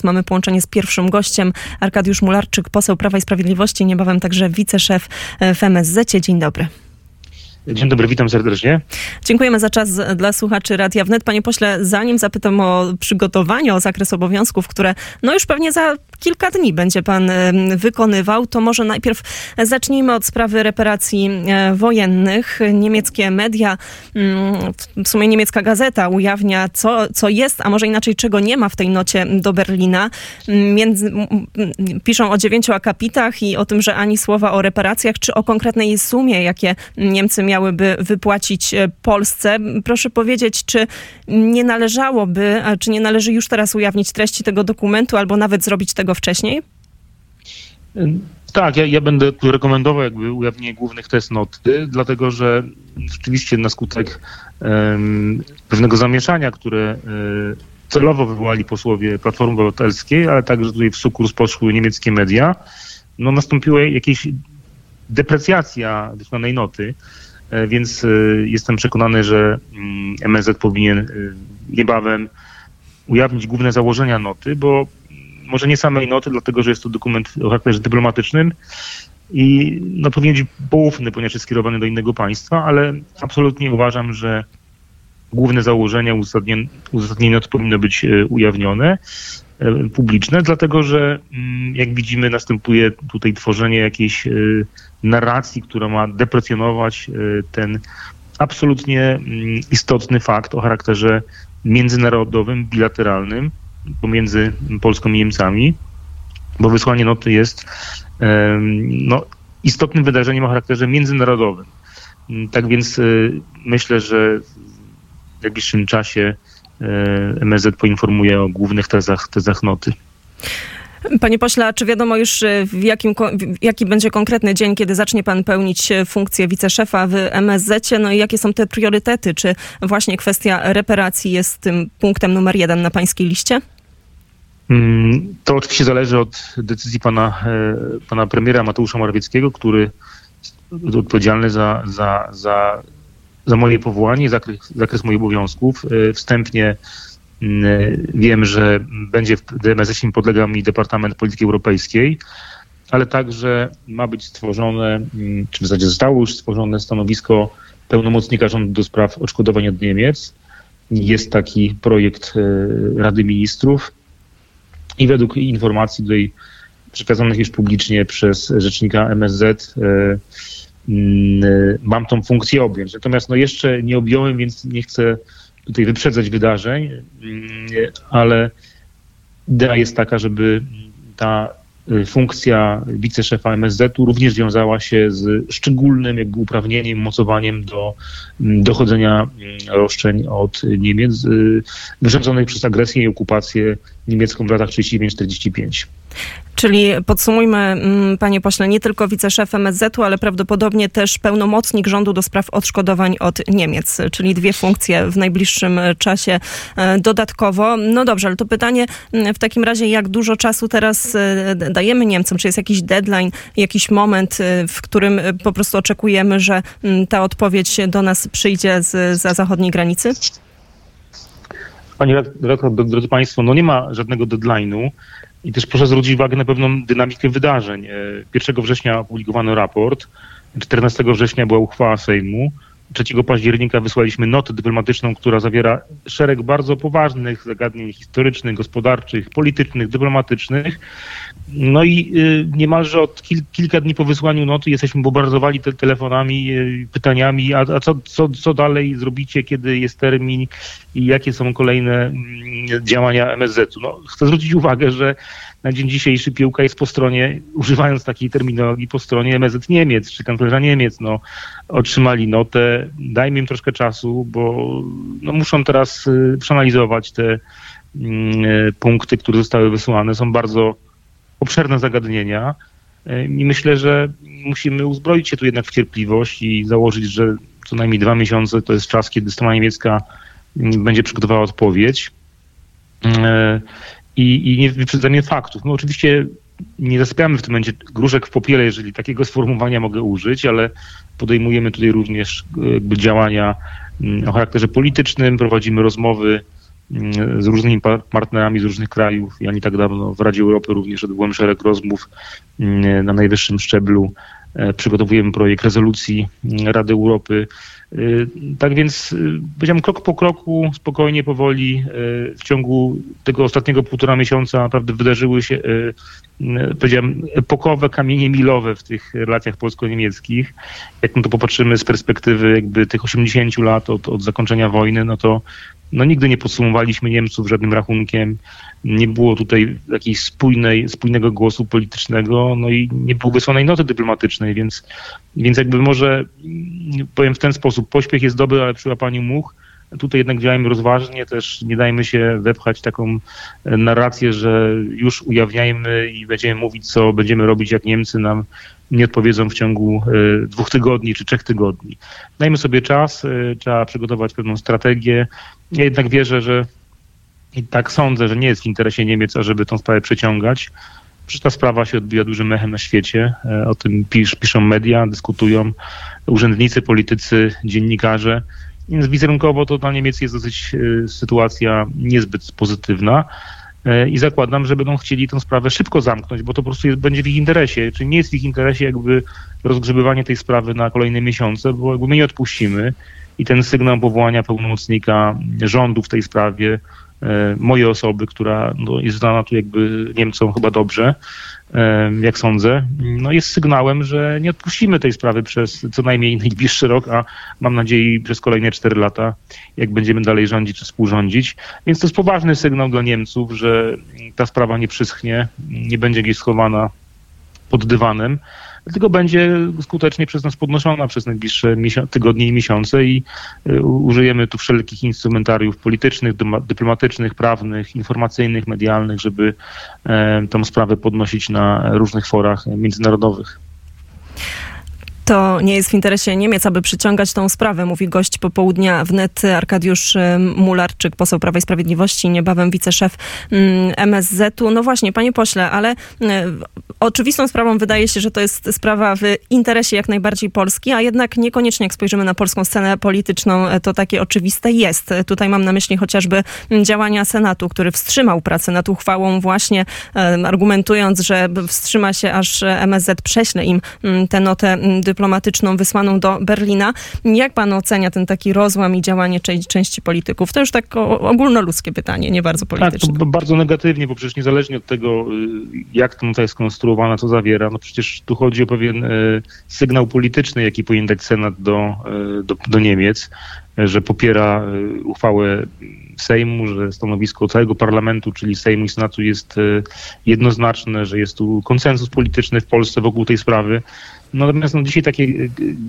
Mamy połączenie z pierwszym gościem, Arkadiusz Mularczyk, poseł Prawa i Sprawiedliwości, niebawem także wiceszef w MSZ. Dzień dobry. Dzień dobry, witam serdecznie. Dziękujemy za czas dla słuchaczy Radia Wnet. Panie pośle, zanim zapytam o przygotowanie, o zakres obowiązków, które już pewnie za kilka dni będzie pan wykonywał, to może najpierw zacznijmy od sprawy reparacji wojennych. Niemieckie media, w sumie niemiecka gazeta ujawnia, co jest, a może inaczej, czego nie ma w tej nocie do Berlina. Piszą o 9 akapitach i o tym, że ani słowa o reparacjach, czy o konkretnej sumie, jakie Niemcy miałyby wypłacić Polsce. Proszę powiedzieć, czy nie należałoby, czy nie należy już teraz ujawnić treści tego dokumentu, albo nawet zrobić tego wcześniej? Tak, ja będę tu rekomendował ujawnienie głównych tez noty, dlatego że rzeczywiście na skutek pewnego zamieszania, które celowo wywołali posłowie Platformy Obywatelskiej, ale także tutaj w sukurs poszły niemieckie media, nastąpiła jakaś deprecjacja danej noty, więc jestem przekonany, że MSZ powinien niebawem ujawnić główne założenia noty, bo może nie samej noty, dlatego że jest to dokument o charakterze dyplomatycznym i powinien być poufny, ponieważ jest skierowany do innego państwa, ale absolutnie uważam, że główne założenia, uzasadnienie noty powinno być ujawnione, publiczne, dlatego że jak widzimy następuje tutaj tworzenie jakiejś narracji, która ma deprecjonować ten absolutnie istotny fakt o charakterze międzynarodowym, bilateralnym pomiędzy Polską i Niemcami, bo wysłanie noty jest istotnym wydarzeniem o charakterze międzynarodowym. Tak więc myślę, że w najbliższym czasie MSZ poinformuje o głównych tezach noty. Panie pośle, a czy wiadomo już, jaki będzie konkretny dzień, kiedy zacznie pan pełnić funkcję wiceszefa w MSZ? I jakie są te priorytety? Czy właśnie kwestia reparacji jest tym punktem numer 1 na pańskiej liście? To oczywiście zależy od decyzji pana premiera Mateusza Morawieckiego, który jest odpowiedzialny za moje powołanie, zakres moich obowiązków. Wstępnie wiem, że będzie w MSZ podlegał mi Departament Polityki Europejskiej, ale także ma być stworzone, czy w zasadzie zostało już stworzone stanowisko pełnomocnika rządu do spraw odszkodowań od Niemiec. Jest taki projekt Rady Ministrów i według informacji tutaj przekazanych już publicznie przez rzecznika MSZ mam tą funkcję objąć. Natomiast jeszcze nie objąłem, więc nie chcę tutaj wyprzedzać wydarzeń, ale idea jest taka, żeby ta funkcja wiceszefa MSZ-u również wiązała się z szczególnym uprawnieniem, mocowaniem do dochodzenia roszczeń od Niemiec wyrządzonych przez agresję i okupację niemiecką w latach 1939-1945. Czyli podsumujmy, panie pośle, nie tylko wiceszef MSZ-u, ale prawdopodobnie też pełnomocnik rządu do spraw odszkodowań od Niemiec, czyli 2 funkcje w najbliższym czasie dodatkowo. No dobrze, ale to pytanie w takim razie, jak dużo czasu teraz dajemy Niemcom? Czy jest jakiś deadline, jakiś moment, w którym po prostu oczekujemy, że ta odpowiedź do nas przyjdzie zza zachodniej granicy? Pani redaktor, drodzy państwo, nie ma żadnego deadline'u. I też proszę zwrócić uwagę na pewną dynamikę wydarzeń. 1 września opublikowano raport, 14 września była uchwała Sejmu, 3 października wysłaliśmy notę dyplomatyczną, która zawiera szereg bardzo poważnych zagadnień historycznych, gospodarczych, politycznych, dyplomatycznych. I niemalże od kilka dni po wysłaniu noty jesteśmy bombardowani telefonami, pytaniami, a co dalej zrobicie, kiedy jest termin i jakie są kolejne działania MSZ-u. Chcę zwrócić uwagę, że na dzień dzisiejszy piłka jest po stronie, używając takiej terminologii, po stronie MSZ Niemiec, czy kanclerza Niemiec. Otrzymali notę, dajmy im troszkę czasu, bo muszą teraz przeanalizować te punkty, które zostały wysłane. Są bardzo obszerne zagadnienia i myślę, że musimy uzbroić się tu jednak w cierpliwość i założyć, że co najmniej 2 miesiące to jest czas, kiedy strona niemiecka będzie przygotowała odpowiedź. I nie wyprzedzanie faktów. Oczywiście nie zasypiamy w tym momencie gruszek w popiele, jeżeli takiego sformułowania mogę użyć, ale podejmujemy tutaj również działania o charakterze politycznym, prowadzimy rozmowy z różnymi partnerami z różnych krajów. Ja nie tak dawno w Radzie Europy również odbyłem szereg rozmów na najwyższym szczeblu. Przygotowujemy projekt rezolucji Rady Europy. Tak więc powiedziałem krok po kroku, spokojnie, powoli. W ciągu tego ostatniego 1,5 miesiąca naprawdę wydarzyły się, powiedziałem, epokowe kamienie milowe w tych relacjach polsko-niemieckich. Jak my to popatrzymy z perspektywy jakby tych 80 lat od zakończenia wojny, no to nigdy nie podsumowaliśmy Niemców żadnym rachunkiem. Nie było tutaj jakiejś spójnego głosu politycznego, no i nie było wysłanej noty dyplomatycznej, więc jakby może powiem w ten sposób, pośpiech jest dobry, ale przy łapaniu much. Tutaj jednak działajmy rozważnie, też nie dajmy się wepchać taką narrację, że już ujawniajmy i będziemy mówić, co będziemy robić, jak Niemcy nam nie odpowiedzą w ciągu 2 tygodni czy 3 tygodni. Dajmy sobie czas, trzeba przygotować pewną strategię. Ja jednak wierzę, że i tak sądzę, że nie jest w interesie Niemiec, ażeby tą sprawę przeciągać. Przecież ta sprawa się odbija dużym echem na świecie. O tym piszą media, dyskutują urzędnicy, politycy, dziennikarze. Więc wizerunkowo to dla Niemiec jest dosyć sytuacja niezbyt pozytywna. I zakładam, że będą chcieli tę sprawę szybko zamknąć, bo to po prostu będzie w ich interesie. Czyli nie jest w ich interesie jakby rozgrzebywanie tej sprawy na kolejne miesiące, bo jakby my nie odpuścimy i ten sygnał powołania pełnomocnika rządu w tej sprawie, mojej osoby, która jest znana tu jakby Niemcom chyba dobrze, jak sądzę, jest sygnałem, że nie odpuścimy tej sprawy przez co najmniej najbliższy rok, a mam nadzieję przez kolejne 4 lata, jak będziemy dalej rządzić czy współrządzić. Więc to jest poważny sygnał dla Niemców, że ta sprawa nie przyschnie, nie będzie gdzieś schowana pod dywanem, tylko będzie skutecznie przez nas podnoszona przez najbliższe tygodnie i miesiące i użyjemy tu wszelkich instrumentariów politycznych, dyplomatycznych, prawnych, informacyjnych, medialnych, żeby tę sprawę podnosić na różnych forach międzynarodowych. To nie jest w interesie Niemiec, aby przyciągać tą sprawę, mówi gość popołudnia wnet Arkadiusz Mularczyk, poseł Prawa i Sprawiedliwości, niebawem wiceszef MSZ-u. No właśnie, panie pośle, ale oczywistą sprawą wydaje się, że to jest sprawa w interesie jak najbardziej Polski, a jednak niekoniecznie jak spojrzymy na polską scenę polityczną, to takie oczywiste jest. Tutaj mam na myśli chociażby działania Senatu, który wstrzymał pracę nad uchwałą właśnie argumentując, że wstrzyma się, aż MSZ prześle im tę notę dyplomatyczną wysłaną do Berlina. Jak pan ocenia ten taki rozłam i działanie części polityków? To już tak ogólnoludzkie pytanie, nie bardzo polityczne. Tak, to bardzo negatywnie, bo przecież niezależnie od tego, jak ta nota jest skonstruowana, co zawiera, no przecież tu chodzi o pewien sygnał polityczny, jaki powinien dać Senat do Niemiec, że popiera uchwałę Sejmu, że stanowisko całego parlamentu, czyli Sejmu i Senatu jest jednoznaczne, że jest tu konsensus polityczny w Polsce wokół tej sprawy. Natomiast dzisiaj takie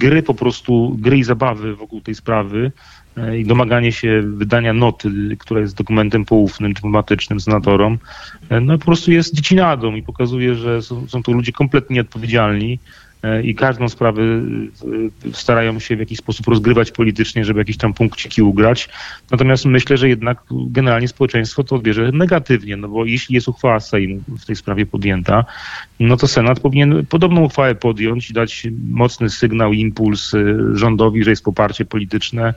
gry i zabawy wokół tej sprawy i domaganie się wydania noty, która jest dokumentem poufnym, dyplomatycznym senatorom, po prostu jest dziecinadą i pokazuje, że są to ludzie kompletnie nieodpowiedzialni i każdą sprawę starają się w jakiś sposób rozgrywać politycznie, żeby jakieś tam punkciki ugrać. Natomiast myślę, że jednak generalnie społeczeństwo to odbierze negatywnie, no bo jeśli jest uchwała Sejmu w tej sprawie podjęta, no to Senat powinien podobną uchwałę podjąć i dać mocny sygnał i impuls rządowi, że jest poparcie polityczne.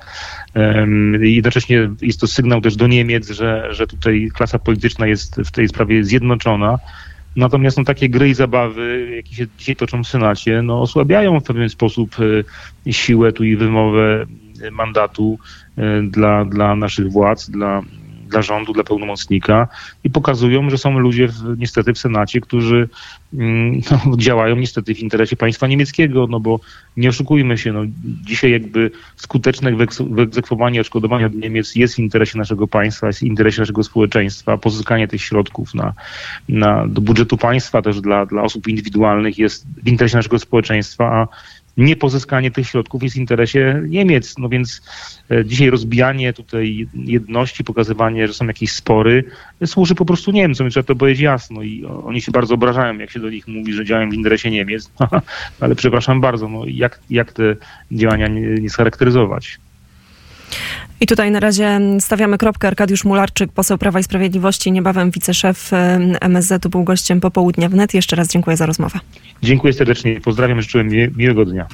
I jednocześnie jest to sygnał też do Niemiec, że tutaj klasa polityczna jest w tej sprawie zjednoczona. Natomiast takie gry i zabawy, jakie się dzisiaj toczą w Senacie, osłabiają w pewien sposób siłę tu i wymowę mandatu dla naszych władz, dla rządu, dla pełnomocnika i pokazują, że są ludzie niestety w Senacie, którzy działają niestety w interesie państwa niemieckiego, bo nie oszukujmy się, dzisiaj jakby skuteczne wyegzekwowanie odszkodowania od Niemiec jest w interesie naszego państwa, jest w interesie naszego społeczeństwa. Pozyskanie tych środków do budżetu państwa też dla osób indywidualnych jest w interesie naszego społeczeństwa, a niepozyskanie tych środków jest w interesie Niemiec. Więc dzisiaj rozbijanie tutaj jedności, pokazywanie, że są jakieś spory, służy po prostu Niemcom i trzeba to powiedzieć jasno. I oni się bardzo obrażają, jak się do nich mówi, że działają w interesie Niemiec. Ale przepraszam bardzo, jak te działania nie scharakteryzować? I tutaj na razie stawiamy kropkę. Arkadiusz Mularczyk, poseł Prawa i Sprawiedliwości, niebawem wiceszef MSZ-u, był gościem popołudnia wnet. Jeszcze raz dziękuję za rozmowę. Dziękuję serdecznie. Pozdrawiam, życzyłem miłego dnia.